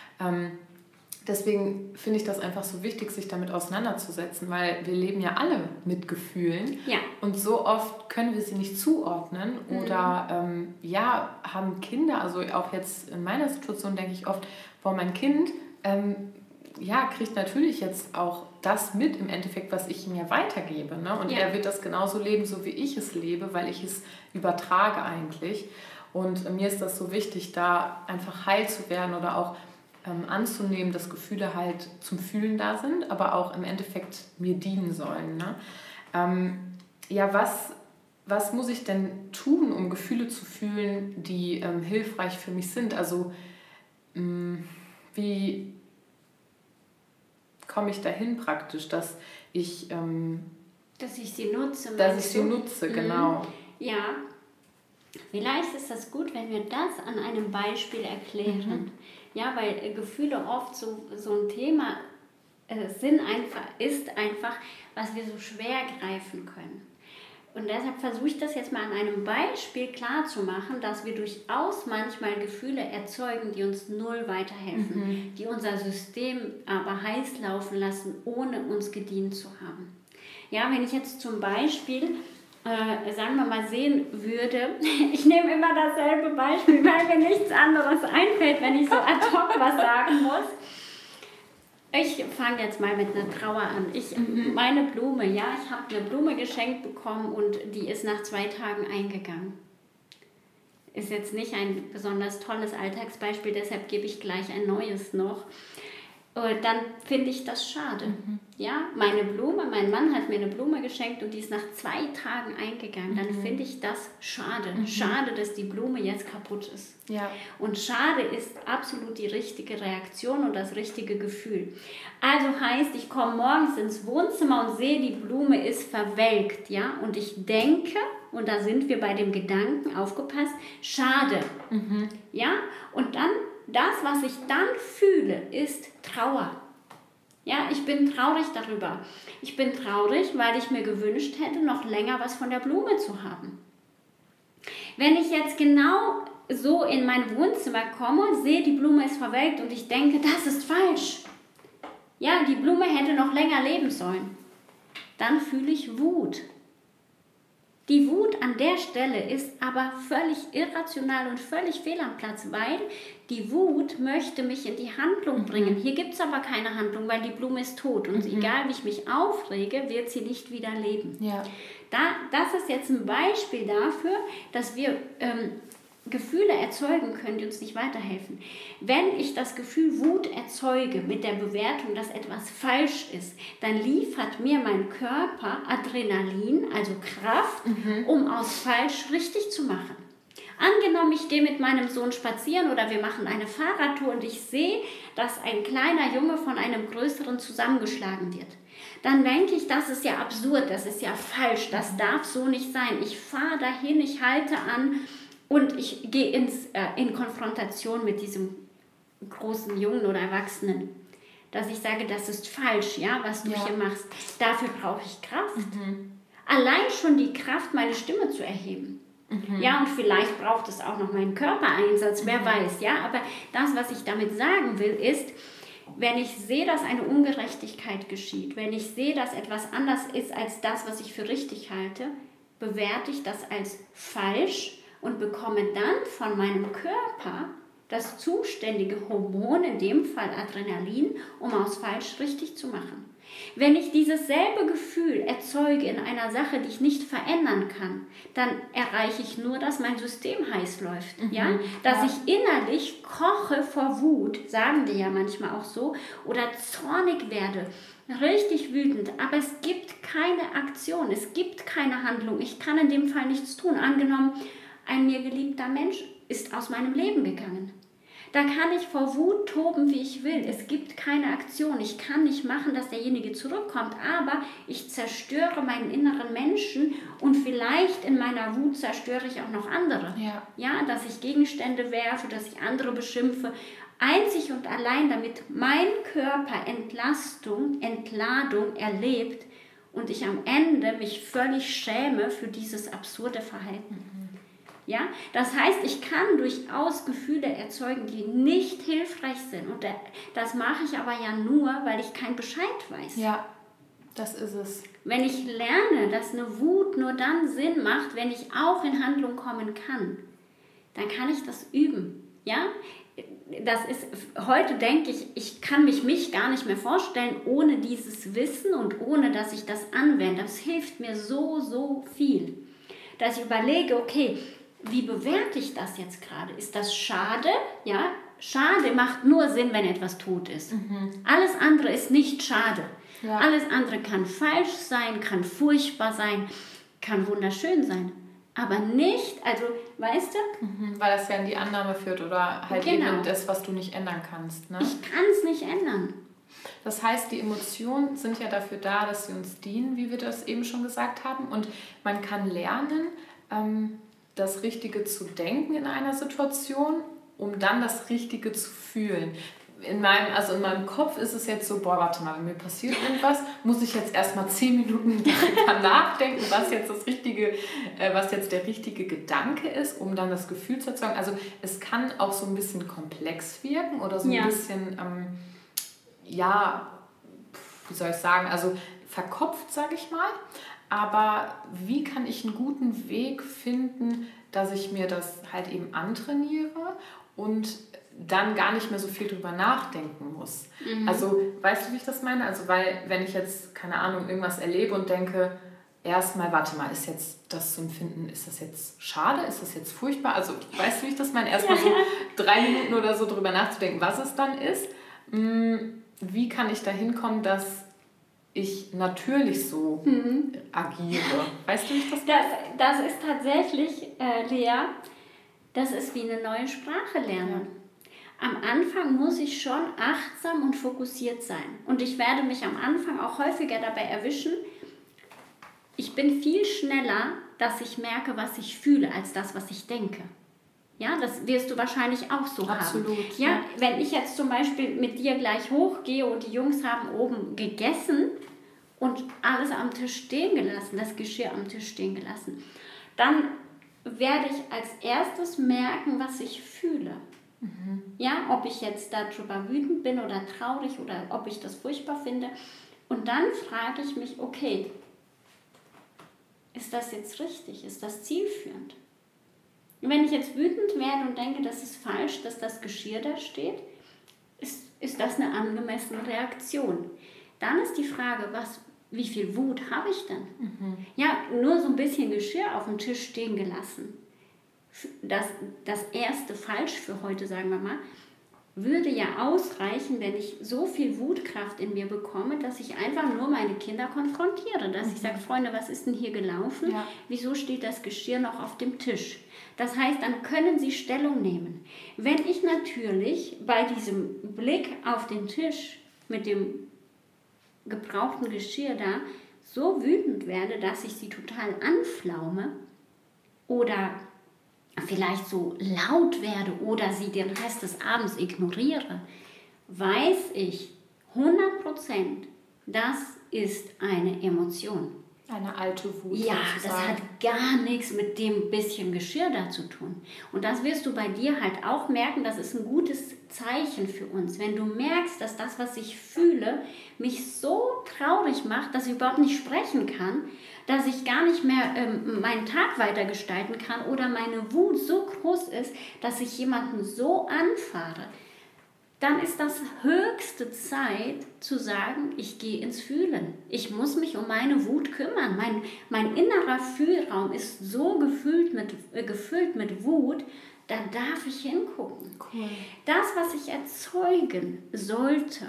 Deswegen finde ich das einfach so wichtig, sich damit auseinanderzusetzen, weil wir leben ja alle mit Gefühlen und so oft können wir sie nicht zuordnen oder haben Kinder, also auch jetzt in meiner Situation denke ich oft, mein Kind kriegt natürlich jetzt auch das mit im Endeffekt, was ich ihm ja weitergebe, ne? Und er wird das genauso leben, so wie ich es lebe, weil ich es übertrage eigentlich und mir ist das so wichtig, da einfach heil zu werden oder auch anzunehmen, dass Gefühle halt zum Fühlen da sind, aber auch im Endeffekt mir dienen sollen. Ne? Was muss ich denn tun, um Gefühle zu fühlen, die hilfreich für mich sind? Also wie komme ich dahin praktisch, dass ich sie nutze. Genau. Ja, vielleicht ist das gut, wenn wir das an einem Beispiel erklären. Ja, weil Gefühle oft so ein Thema ist einfach, was wir so schwer greifen können. Und deshalb versuche ich das jetzt mal an einem Beispiel klarzumachen, dass wir durchaus manchmal Gefühle erzeugen, die uns null weiterhelfen, die unser System aber heiß laufen lassen, ohne uns gedient zu haben. Ja, wenn ich jetzt zum Beispiel sagen wir mal, sehen würde, ich nehme immer dasselbe Beispiel, weil mir nichts anderes einfällt, wenn ich so ad hoc was sagen muss. Ich fange jetzt mal mit einer Trauer an. Meine Blume, ich habe eine Blume geschenkt bekommen und die ist nach 2 Tagen eingegangen. Ist jetzt nicht ein besonders tolles Alltagsbeispiel, deshalb gebe ich gleich ein neues noch. dann finde ich das schade. Ja, meine Blume, mein Mann hat mir eine Blume geschenkt und die ist nach 2 Tagen eingegangen. Dann finde ich das schade. Schade, dass die Blume jetzt kaputt ist. Ja. Und schade ist absolut die richtige Reaktion und das richtige Gefühl. Also heißt, ich komme morgens ins Wohnzimmer und sehe, die Blume ist verwelkt. Ja? Und ich denke, und da sind wir bei dem Gedanken, aufgepasst, schade. Ja? Und dann, das, was ich dann fühle, ist Trauer. Ja, ich bin traurig darüber. Ich bin traurig, weil ich mir gewünscht hätte, noch länger was von der Blume zu haben. Wenn ich jetzt genau so in mein Wohnzimmer komme, sehe, die Blume ist verwelkt und ich denke, das ist falsch. Ja, die Blume hätte noch länger leben sollen. Dann fühle ich Wut. Die Wut an der Stelle ist aber völlig irrational und völlig fehl am Platz, weil die Wut möchte mich in die Handlung bringen. Hier gibt es aber keine Handlung, weil die Blume ist tot. Und egal wie ich mich aufrege, wird sie nicht wieder leben. Ja. Das ist jetzt ein Beispiel dafür, dass wir Gefühle erzeugen können, die uns nicht weiterhelfen. Wenn ich das Gefühl Wut erzeuge mit der Bewertung, dass etwas falsch ist, dann liefert mir mein Körper Adrenalin, also Kraft, um aus falsch richtig zu machen. Angenommen, ich gehe mit meinem Sohn spazieren oder wir machen eine Fahrradtour und ich sehe, dass ein kleiner Junge von einem größeren zusammengeschlagen wird. Dann denke ich, das ist ja absurd, das ist ja falsch, das darf so nicht sein. Ich fahre dahin, ich halte an, und ich gehe in Konfrontation mit diesem großen Jungen oder Erwachsenen, dass ich sage, das ist falsch, ja, was du hier machst. Dafür brauche ich Kraft. Allein schon die Kraft, meine Stimme zu erheben. Ja, und vielleicht braucht es auch noch meinen Körpereinsatz, wer weiß, ja. Aber das, was ich damit sagen will, ist, wenn ich sehe, dass eine Ungerechtigkeit geschieht, wenn ich sehe, dass etwas anders ist als das, was ich für richtig halte, bewerte ich das als falsch und bekomme dann von meinem Körper das zuständige Hormon, in dem Fall Adrenalin, um aus falsch richtig zu machen. Wenn ich dieses selbe Gefühl erzeuge in einer Sache, die ich nicht verändern kann, dann erreiche ich nur, dass mein System heiß läuft. Ja? Dass ich innerlich koche vor Wut, sagen die ja manchmal auch so, oder zornig werde, richtig wütend, aber es gibt keine Aktion, es gibt keine Handlung. Ich kann in dem Fall nichts tun. Angenommen, ein mir geliebter Mensch ist aus meinem Leben gegangen. Da kann ich vor Wut toben, wie ich will. Es gibt keine Aktion. Ich kann nicht machen, dass derjenige zurückkommt, aber ich zerstöre meinen inneren Menschen und vielleicht in meiner Wut zerstöre ich auch noch andere. Ja, dass ich Gegenstände werfe, dass ich andere beschimpfe. Einzig und allein, damit mein Körper Entladung erlebt und ich am Ende mich völlig schäme für dieses absurde Verhalten. Ja, das heißt, ich kann durchaus Gefühle erzeugen, die nicht hilfreich sind. Und das mache ich aber ja nur, weil ich keinen Bescheid weiß. Ja, das ist es. Wenn ich lerne, dass eine Wut nur dann Sinn macht, wenn ich auch in Handlung kommen kann, dann kann ich das üben. Ja, das ist, heute denke ich, ich kann mich gar nicht mehr vorstellen, ohne dieses Wissen und ohne, dass ich das anwende. Das hilft mir so viel. Dass ich überlege, okay, wie bewerte ich das jetzt gerade? Ist das schade? Ja, schade macht nur Sinn, wenn etwas tot ist. Alles andere ist nicht schade. Ja. Alles andere kann falsch sein, kann furchtbar sein, kann wunderschön sein. Aber nicht, also, weißt du? Weil das ja in die Annahme führt oder halt eben das, was du nicht ändern kannst. Ne? Ich kann es nicht ändern. Das heißt, die Emotionen sind ja dafür da, dass sie uns dienen, wie wir das eben schon gesagt haben. Und man kann lernen, das Richtige zu denken in einer Situation, um dann das Richtige zu fühlen. In meinem Kopf ist es jetzt so, warte mal, wenn mir passiert irgendwas, muss ich jetzt erstmal 10 Minuten darüber nachdenken, was jetzt der richtige Gedanke ist, um dann das Gefühl zu erzeugen. Also es kann auch so ein bisschen komplex wirken oder so ein bisschen, wie soll ich sagen, also verkopft, sage ich mal. Aber wie kann ich einen guten Weg finden, dass ich mir das halt eben antrainiere und dann gar nicht mehr so viel drüber nachdenken muss. Also, weißt du, wie ich das meine? Also, weil, wenn ich jetzt, keine Ahnung, irgendwas erlebe und denke, erstmal, warte mal, ist jetzt das zu empfinden, ist das jetzt schade, ist das jetzt furchtbar? Also, weißt du, wie ich das meine? Erstmal so 3 Minuten oder so drüber nachzudenken, was es dann ist. wie kann ich da hinkommen, dass ich natürlich so agiere? Weißt du, wie ich das mache? Das ist tatsächlich, Lea, das ist wie eine neue Sprache lernen. Ja. Am Anfang muss ich schon achtsam und fokussiert sein. Und ich werde mich am Anfang auch häufiger dabei erwischen, ich bin viel schneller, dass ich merke, was ich fühle, als das, was ich denke. Ja, das wirst du wahrscheinlich auch so Absolut, haben. Ja, wenn ich jetzt zum Beispiel mit dir gleich hochgehe und die Jungs haben oben gegessen und alles am Tisch stehen gelassen, das Geschirr am Tisch stehen gelassen, dann werde ich als erstes merken, was ich fühle. Ja, ob ich jetzt darüber wütend bin oder traurig oder ob ich das furchtbar finde. Und dann frage ich mich, okay, ist das jetzt richtig? Ist das zielführend? Und wenn ich jetzt wütend werde und denke, das ist falsch, dass das Geschirr da steht, ist das eine angemessene Reaktion. Dann ist die Frage, wie viel Wut habe ich denn? Ja, nur so ein bisschen Geschirr auf dem Tisch stehen gelassen. Das erste falsch für heute, sagen wir mal, würde ja ausreichen, wenn ich so viel Wutkraft in mir bekomme, dass ich einfach nur meine Kinder konfrontiere. Dass ich sage, Freunde, was ist denn hier gelaufen? Ja. Wieso steht das Geschirr noch auf dem Tisch? Das heißt, dann können sie Stellung nehmen. Wenn ich natürlich bei diesem Blick auf den Tisch mit dem gebrauchten Geschirr da so wütend werde, dass ich sie total anflaume oder vielleicht so laut werde oder sie den Rest des Abends ignoriere, weiß ich 100%, das ist eine Emotion. Eine alte Wut. Ja, sozusagen. Das hat gar nichts mit dem bisschen Geschirr da zu tun. Und das wirst du bei dir halt auch merken, das ist ein gutes Zeichen für uns. Wenn du merkst, dass das, was ich fühle, mich so traurig macht, dass ich überhaupt nicht sprechen kann, dass ich gar nicht mehr meinen Tag weiter gestalten kann oder meine Wut so groß ist, dass ich jemanden so anfahre, dann ist das höchste Zeit zu sagen, ich gehe ins Fühlen. Ich muss mich um meine Wut kümmern. Mein innerer Fühlraum ist so gefüllt mit Wut, da darf ich hingucken. Cool. Das, was ich erzeugen sollte,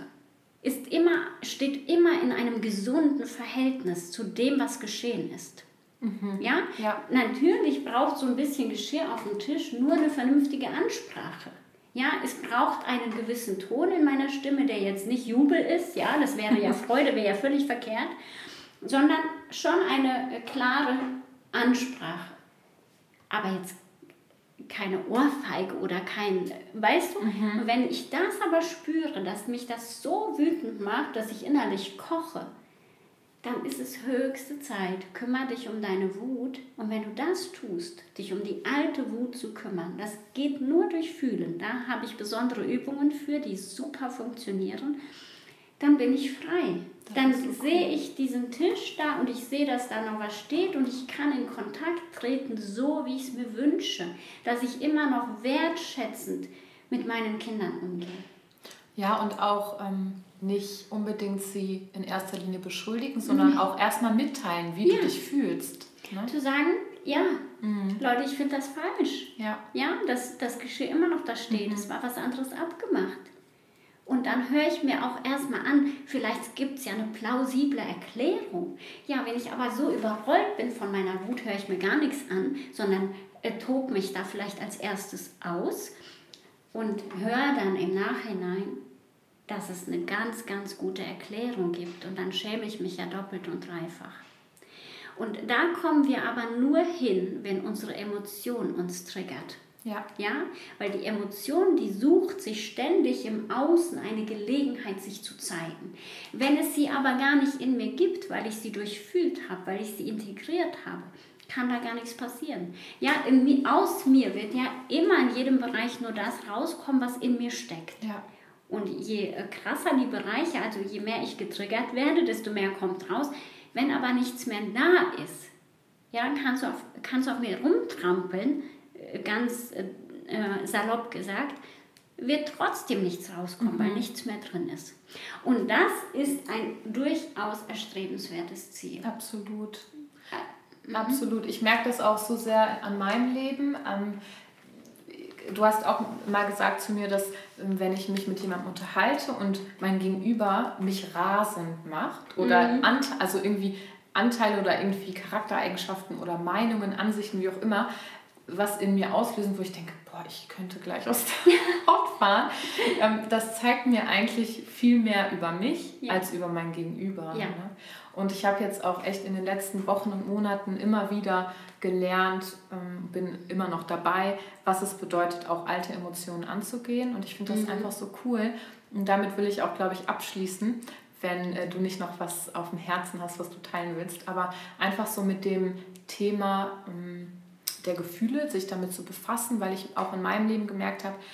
steht immer in einem gesunden Verhältnis zu dem, was geschehen ist. Ja? Natürlich braucht so ein bisschen Geschirr auf dem Tisch nur eine vernünftige Ansprache. Ja, es braucht einen gewissen Ton in meiner Stimme, der jetzt nicht Jubel ist, ja, das wäre ja Freude, wäre ja völlig verkehrt, sondern schon eine klare Ansprache. Aber jetzt keine Ohrfeige oder weißt du, wenn ich das aber spüre, dass mich das so wütend macht, dass ich innerlich koche, dann ist es höchste Zeit, kümmere dich um deine Wut. Und wenn du das tust, dich um die alte Wut zu kümmern, das geht nur durch Fühlen. Da habe ich besondere Übungen für, die super funktionieren. Dann bin ich frei. Dann sehe ich diesen Tisch da und ich sehe, dass da noch was steht und ich kann in Kontakt treten, so wie ich es mir wünsche. Dass ich immer noch wertschätzend mit meinen Kindern umgehe. Ja, und auch nicht unbedingt sie in erster Linie beschuldigen, sondern auch erstmal mitteilen, wie du dich fühlst. Ne? Zu sagen, Leute, ich finde das falsch. Ja, dass das Geschirr immer noch da steht. Es war was anderes abgemacht. Und dann höre ich mir auch erstmal an, vielleicht gibt es ja eine plausible Erklärung. Ja, wenn ich aber so überrollt bin von meiner Wut, höre ich mir gar nichts an, sondern tob mich da vielleicht als erstes aus und höre dann im Nachhinein, dass es eine ganz, ganz gute Erklärung gibt. Und dann schäme ich mich ja doppelt und dreifach. Und da kommen wir aber nur hin, wenn unsere Emotion uns triggert. Ja, weil die Emotion, die sucht sich ständig im Außen eine Gelegenheit, sich zu zeigen. Wenn es sie aber gar nicht in mir gibt, weil ich sie durchfühlt habe, weil ich sie integriert habe, kann da gar nichts passieren. Ja, aus mir wird ja immer in jedem Bereich nur das rauskommen, was in mir steckt. Ja. Und je krasser die Bereiche, also je mehr ich getriggert werde, desto mehr kommt raus. Wenn aber nichts mehr da ist, ja, dann kannst du auf mir rumtrampeln, ganz salopp gesagt, wird trotzdem nichts rauskommen, weil nichts mehr drin ist. Und das ist ein durchaus erstrebenswertes Ziel. Absolut. Absolut. Ich merke das auch so sehr an meinem Leben. du hast auch mal gesagt zu mir, dass wenn ich mich mit jemandem unterhalte und mein Gegenüber mich rasend macht oder also irgendwie Anteile oder irgendwie Charaktereigenschaften oder Meinungen, Ansichten, wie auch immer, was in mir auslösen, wo ich denke, boah, ich könnte gleich aus der Haut fahren. Das zeigt mir eigentlich viel mehr über mich als über mein Gegenüber. Ja. Ne? Und ich habe jetzt auch echt in den letzten Wochen und Monaten immer wieder gelernt, bin immer noch dabei, was es bedeutet, auch alte Emotionen anzugehen. Und ich finde das einfach so cool. Und damit will ich auch, glaube ich, abschließen, wenn du nicht noch was auf dem Herzen hast, was du teilen willst. Aber einfach so mit dem Thema der Gefühle, sich damit zu befassen, weil ich auch in meinem Leben gemerkt habe,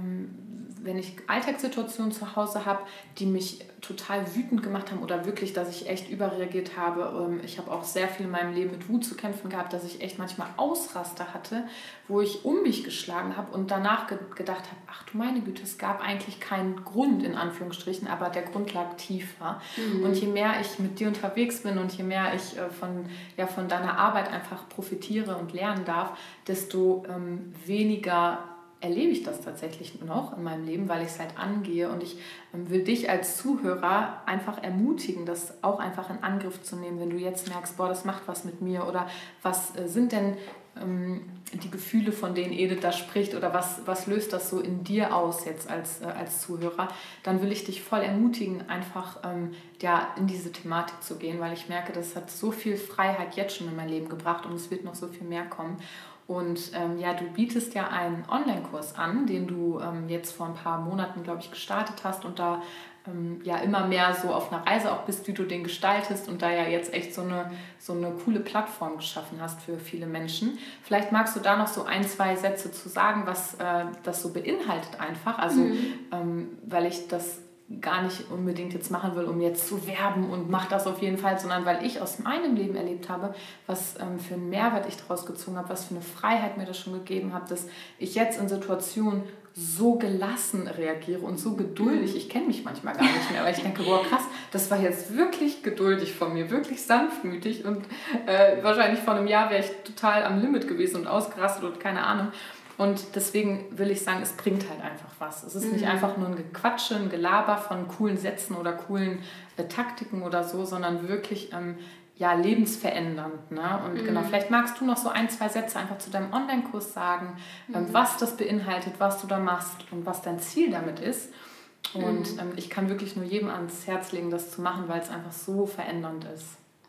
wenn ich Alltagssituationen zu Hause habe, die mich total wütend gemacht haben oder wirklich, dass ich echt überreagiert habe. Ich habe auch sehr viel in meinem Leben mit Wut zu kämpfen gehabt, dass ich echt manchmal Ausraster hatte, wo ich um mich geschlagen habe und danach gedacht habe, ach du meine Güte, es gab eigentlich keinen Grund, in Anführungsstrichen, aber der Grund lag tiefer. Und je mehr ich mit dir unterwegs bin und je mehr ich von deiner Arbeit einfach profitiere und lernen darf, desto weniger erlebe ich das tatsächlich noch in meinem Leben, weil ich es halt angehe. Und ich will dich als Zuhörer einfach ermutigen, das auch einfach in Angriff zu nehmen, wenn du jetzt merkst, boah, das macht was mit mir oder was sind denn die Gefühle, von denen Edith da spricht oder was löst das so in dir aus jetzt als Zuhörer, dann will ich dich voll ermutigen, einfach in diese Thematik zu gehen, weil ich merke, das hat so viel Freiheit jetzt schon in mein Leben gebracht und es wird noch so viel mehr kommen. Und du bietest ja einen Online-Kurs an, den du jetzt vor ein paar Monaten, glaube ich, gestartet hast und da immer mehr so auf einer Reise auch bist, wie du den gestaltest und da ja jetzt echt so eine coole Plattform geschaffen hast für viele Menschen. Vielleicht magst du da noch so 1-2 Sätze zu sagen, was das so beinhaltet einfach. Also, weil ich das gar nicht unbedingt jetzt machen will, um jetzt zu werben und mach das auf jeden Fall, sondern weil ich aus meinem Leben erlebt habe, was für einen Mehrwert ich daraus gezogen habe, was für eine Freiheit mir das schon gegeben hat, dass ich jetzt in Situationen so gelassen reagiere und so geduldig. Ich kenne mich manchmal gar nicht mehr, weil ich denke, boah krass, das war jetzt wirklich geduldig von mir, wirklich sanftmütig und wahrscheinlich vor einem Jahr wäre ich total am Limit gewesen und ausgerastet und keine Ahnung. Und deswegen will ich sagen, es bringt halt einfach was. Es ist nicht einfach nur ein Gequatsche, ein Gelaber von coolen Sätzen oder coolen Taktiken oder so, sondern wirklich lebensverändernd. Ne? Und genau, vielleicht magst du noch so 1-2 Sätze einfach zu deinem Online-Kurs sagen, was das beinhaltet, was du da machst und was dein Ziel damit ist. Und ich kann wirklich nur jedem ans Herz legen, das zu machen, weil es einfach so verändernd ist.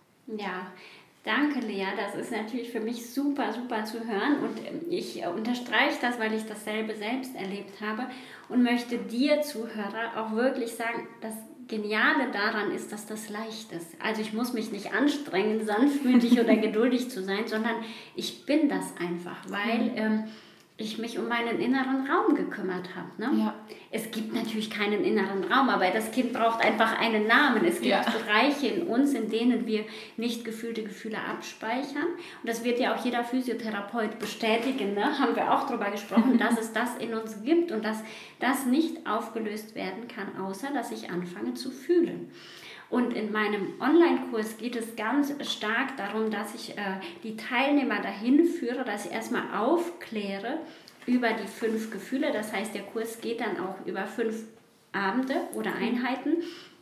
Ja, danke, Lea. Das ist natürlich für mich super, super zu hören und ich unterstreiche das, weil ich dasselbe selbst erlebt habe und möchte dir, Zuhörer, auch wirklich sagen, das Geniale daran ist, dass das leicht ist. Also ich muss mich nicht anstrengen, sanftmütig oder geduldig zu sein, sondern ich bin das einfach, weil ich mich um meinen inneren Raum gekümmert habe. Ne? Ja. Es gibt natürlich keinen inneren Raum, aber das Kind braucht einfach einen Namen. Es gibt Bereiche in uns, in denen wir nicht gefühlte Gefühle abspeichern. Und das wird ja auch jeder Physiotherapeut bestätigen. Ne? Haben wir auch darüber gesprochen, dass es das in uns gibt und dass das nicht aufgelöst werden kann, außer dass ich anfange zu fühlen. Und in meinem Online-Kurs geht es ganz stark darum, dass ich die Teilnehmer dahin führe, dass ich erstmal aufkläre über die 5 Gefühle. Das heißt, der Kurs geht dann auch über 5 Abende oder Einheiten.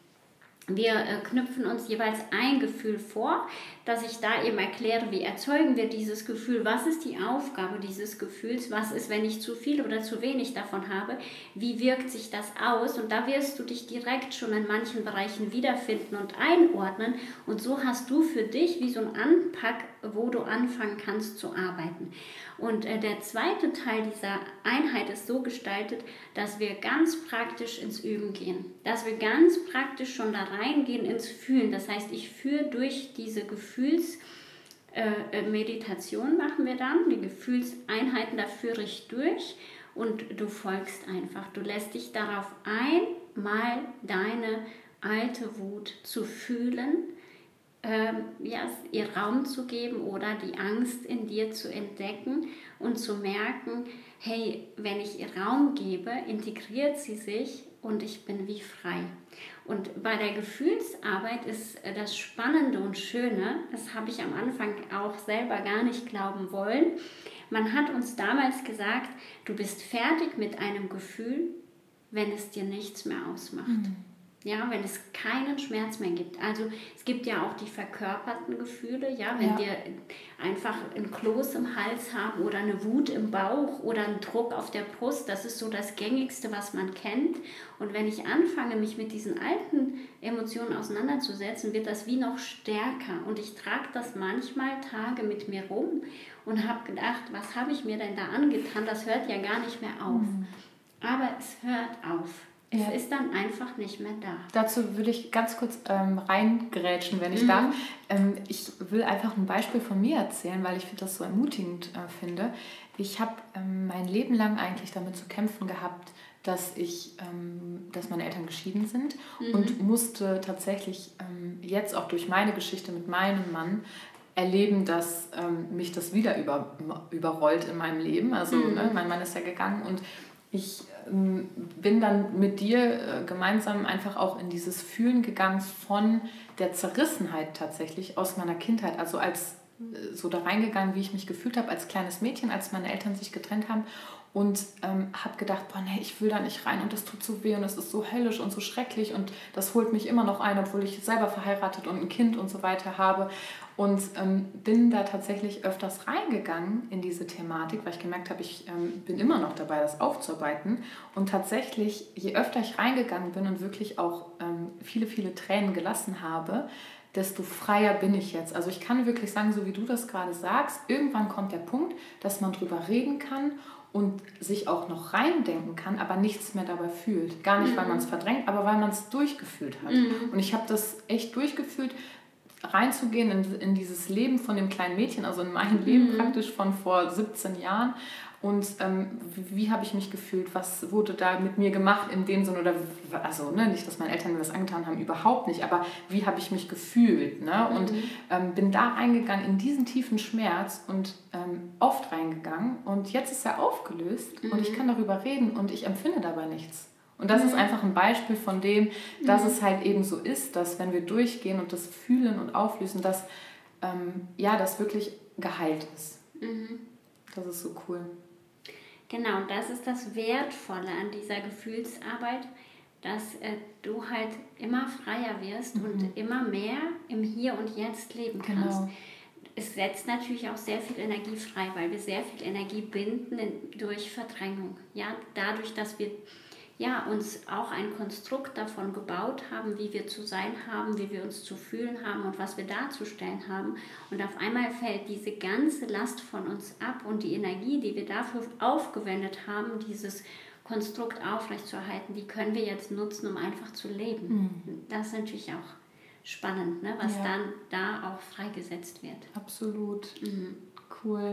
Wir knüpfen uns jeweils ein Gefühl vor, dass ich da eben erkläre, wie erzeugen wir dieses Gefühl, was ist die Aufgabe dieses Gefühls, was ist, wenn ich zu viel oder zu wenig davon habe, wie wirkt sich das aus und da wirst du dich direkt schon in manchen Bereichen wiederfinden und einordnen und so hast du für dich wie so ein Anpack, wo du anfangen kannst zu arbeiten. Und der zweite Teil dieser Einheit ist so gestaltet, dass wir ganz praktisch ins Üben gehen, dass wir ganz praktisch schon da reingehen ins Fühlen. Das heißt, ich führe durch diese Gefühlsmeditation machen wir dann, die Gefühlseinheiten, da führe ich durch und du folgst einfach. Du lässt dich darauf ein, mal deine alte Wut zu fühlen, ihr Raum zu geben oder die Angst in dir zu entdecken und zu merken, hey, wenn ich ihr Raum gebe, integriert sie sich und ich bin wie frei. Und bei der Gefühlsarbeit ist das Spannende und Schöne, das habe ich am Anfang auch selber gar nicht glauben wollen. Man hat uns damals gesagt, du bist fertig mit einem Gefühl, wenn es dir nichts mehr ausmacht. Ja, wenn es keinen Schmerz mehr gibt. Also es gibt ja auch die verkörperten Gefühle, ja, wenn wir einfach ein Kloß im Hals haben oder eine Wut im Bauch oder einen Druck auf der Brust, das ist so das Gängigste, was man kennt. Und wenn ich anfange, mich mit diesen alten Emotionen auseinanderzusetzen, wird das wie noch stärker. Und ich trage das manchmal Tage mit mir rum und habe gedacht, was habe ich mir denn da angetan? Das hört ja gar nicht mehr auf. Aber es hört auf. Es ist dann einfach nicht mehr da. Dazu würde ich ganz kurz reingrätschen, wenn ich darf. Ich will einfach ein Beispiel von mir erzählen, weil ich das so ermutigend finde. Ich habe mein Leben lang eigentlich damit zu kämpfen gehabt, dass meine Eltern geschieden sind und musste tatsächlich jetzt auch durch meine Geschichte mit meinem Mann erleben, dass mich das wieder überrollt in meinem Leben. Also mein Mann ist ja gegangen und ich bin dann mit dir gemeinsam einfach auch in dieses Fühlen gegangen von der Zerrissenheit tatsächlich aus meiner Kindheit. Also als so da reingegangen, wie ich mich gefühlt habe als kleines Mädchen, als meine Eltern sich getrennt haben. Und habe gedacht, boah, nee, ich will da nicht rein und das tut so weh und das ist so höllisch und so schrecklich und das holt mich immer noch ein, obwohl ich selber verheiratet und ein Kind und so weiter habe. Und bin da tatsächlich öfters reingegangen in diese Thematik, weil ich gemerkt habe, ich bin immer noch dabei, das aufzuarbeiten. Und tatsächlich, je öfter ich reingegangen bin und wirklich auch viele, viele Tränen gelassen habe, desto freier bin ich jetzt. Also ich kann wirklich sagen, so wie du das gerade sagst, irgendwann kommt der Punkt, dass man drüber reden kann und sich auch noch reindenken kann, aber nichts mehr dabei fühlt. Gar nicht, weil man es verdrängt, aber weil man es durchgefühlt hat. Und ich habe das echt durchgefühlt, reinzugehen in dieses Leben von dem kleinen Mädchen, also in mein Leben praktisch von vor 17 Jahren. Und wie habe ich mich gefühlt? Was wurde da mit mir gemacht in dem Sinne? Oder, also nicht, dass meine Eltern mir das angetan haben, überhaupt nicht. Aber wie habe ich mich gefühlt? Ne? Und bin da reingegangen in diesen tiefen Schmerz und oft reingegangen. Und jetzt ist er aufgelöst und ich kann darüber reden und ich empfinde dabei nichts. Und das ist einfach ein Beispiel von dem, dass es halt eben so ist, dass wenn wir durchgehen und das fühlen und auflösen, dass das wirklich geheilt ist. Das ist so cool. Genau, und das ist das Wertvolle an dieser Gefühlsarbeit, dass du halt immer freier wirst und immer mehr im Hier und Jetzt leben kannst. Genau. Es setzt natürlich auch sehr viel Energie frei, weil wir sehr viel Energie binden durch Verdrängung. Ja, dadurch, dass wir uns auch ein Konstrukt davon gebaut haben, wie wir zu sein haben, wie wir uns zu fühlen haben und was wir darzustellen haben. Und auf einmal fällt diese ganze Last von uns ab und die Energie, die wir dafür aufgewendet haben, dieses Konstrukt aufrechtzuerhalten, die können wir jetzt nutzen, um einfach zu leben. Das ist natürlich auch spannend, ne? Was dann da auch freigesetzt wird. Absolut. Cool.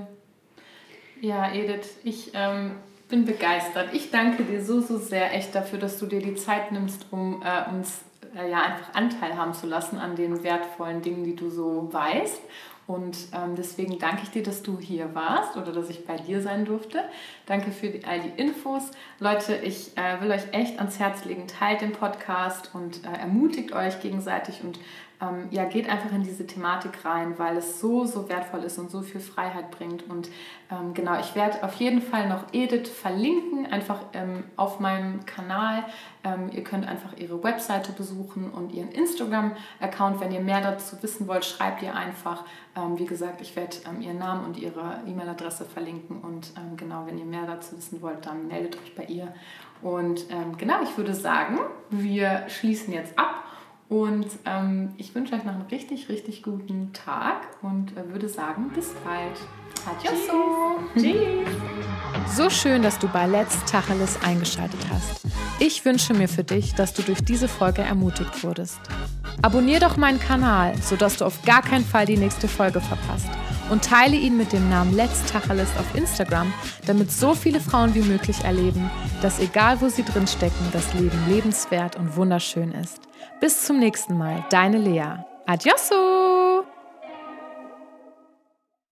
Ja, Edith, ich bin begeistert. Ich danke dir so, so sehr echt dafür, dass du dir die Zeit nimmst, um uns einfach Anteil haben zu lassen an den wertvollen Dingen, die du so weißt. Und deswegen danke ich dir, dass du hier warst oder dass ich bei dir sein durfte. Danke für all die Infos. Leute, ich will euch echt ans Herz legen, teilt den Podcast und ermutigt euch gegenseitig und geht einfach in diese Thematik rein, weil es so, so wertvoll ist und so viel Freiheit bringt. Und ich werde auf jeden Fall noch Edith verlinken, einfach auf meinem Kanal. Ihr könnt einfach ihre Webseite besuchen und ihren Instagram-Account. Wenn ihr mehr dazu wissen wollt, schreibt ihr einfach. Wie gesagt, ich werde ihren Namen und ihre E-Mail-Adresse verlinken. Und wenn ihr mehr dazu wissen wollt, dann meldet euch bei ihr. Und ich würde sagen, wir schließen jetzt ab. Und ich wünsche euch noch einen richtig, richtig guten Tag und würde sagen, bis bald. Adios. Tschüss. So schön, dass du bei Let's Tacheles eingeschaltet hast. Ich wünsche mir für dich, dass du durch diese Folge ermutigt wurdest. Abonnier doch meinen Kanal, sodass du auf gar keinen Fall die nächste Folge verpasst. Und teile ihn mit dem Namen Let's Tacheles auf Instagram, damit so viele Frauen wie möglich erleben, dass egal wo sie drin stecken, das Leben lebenswert und wunderschön ist. Bis zum nächsten Mal, deine Lea. Adiosso!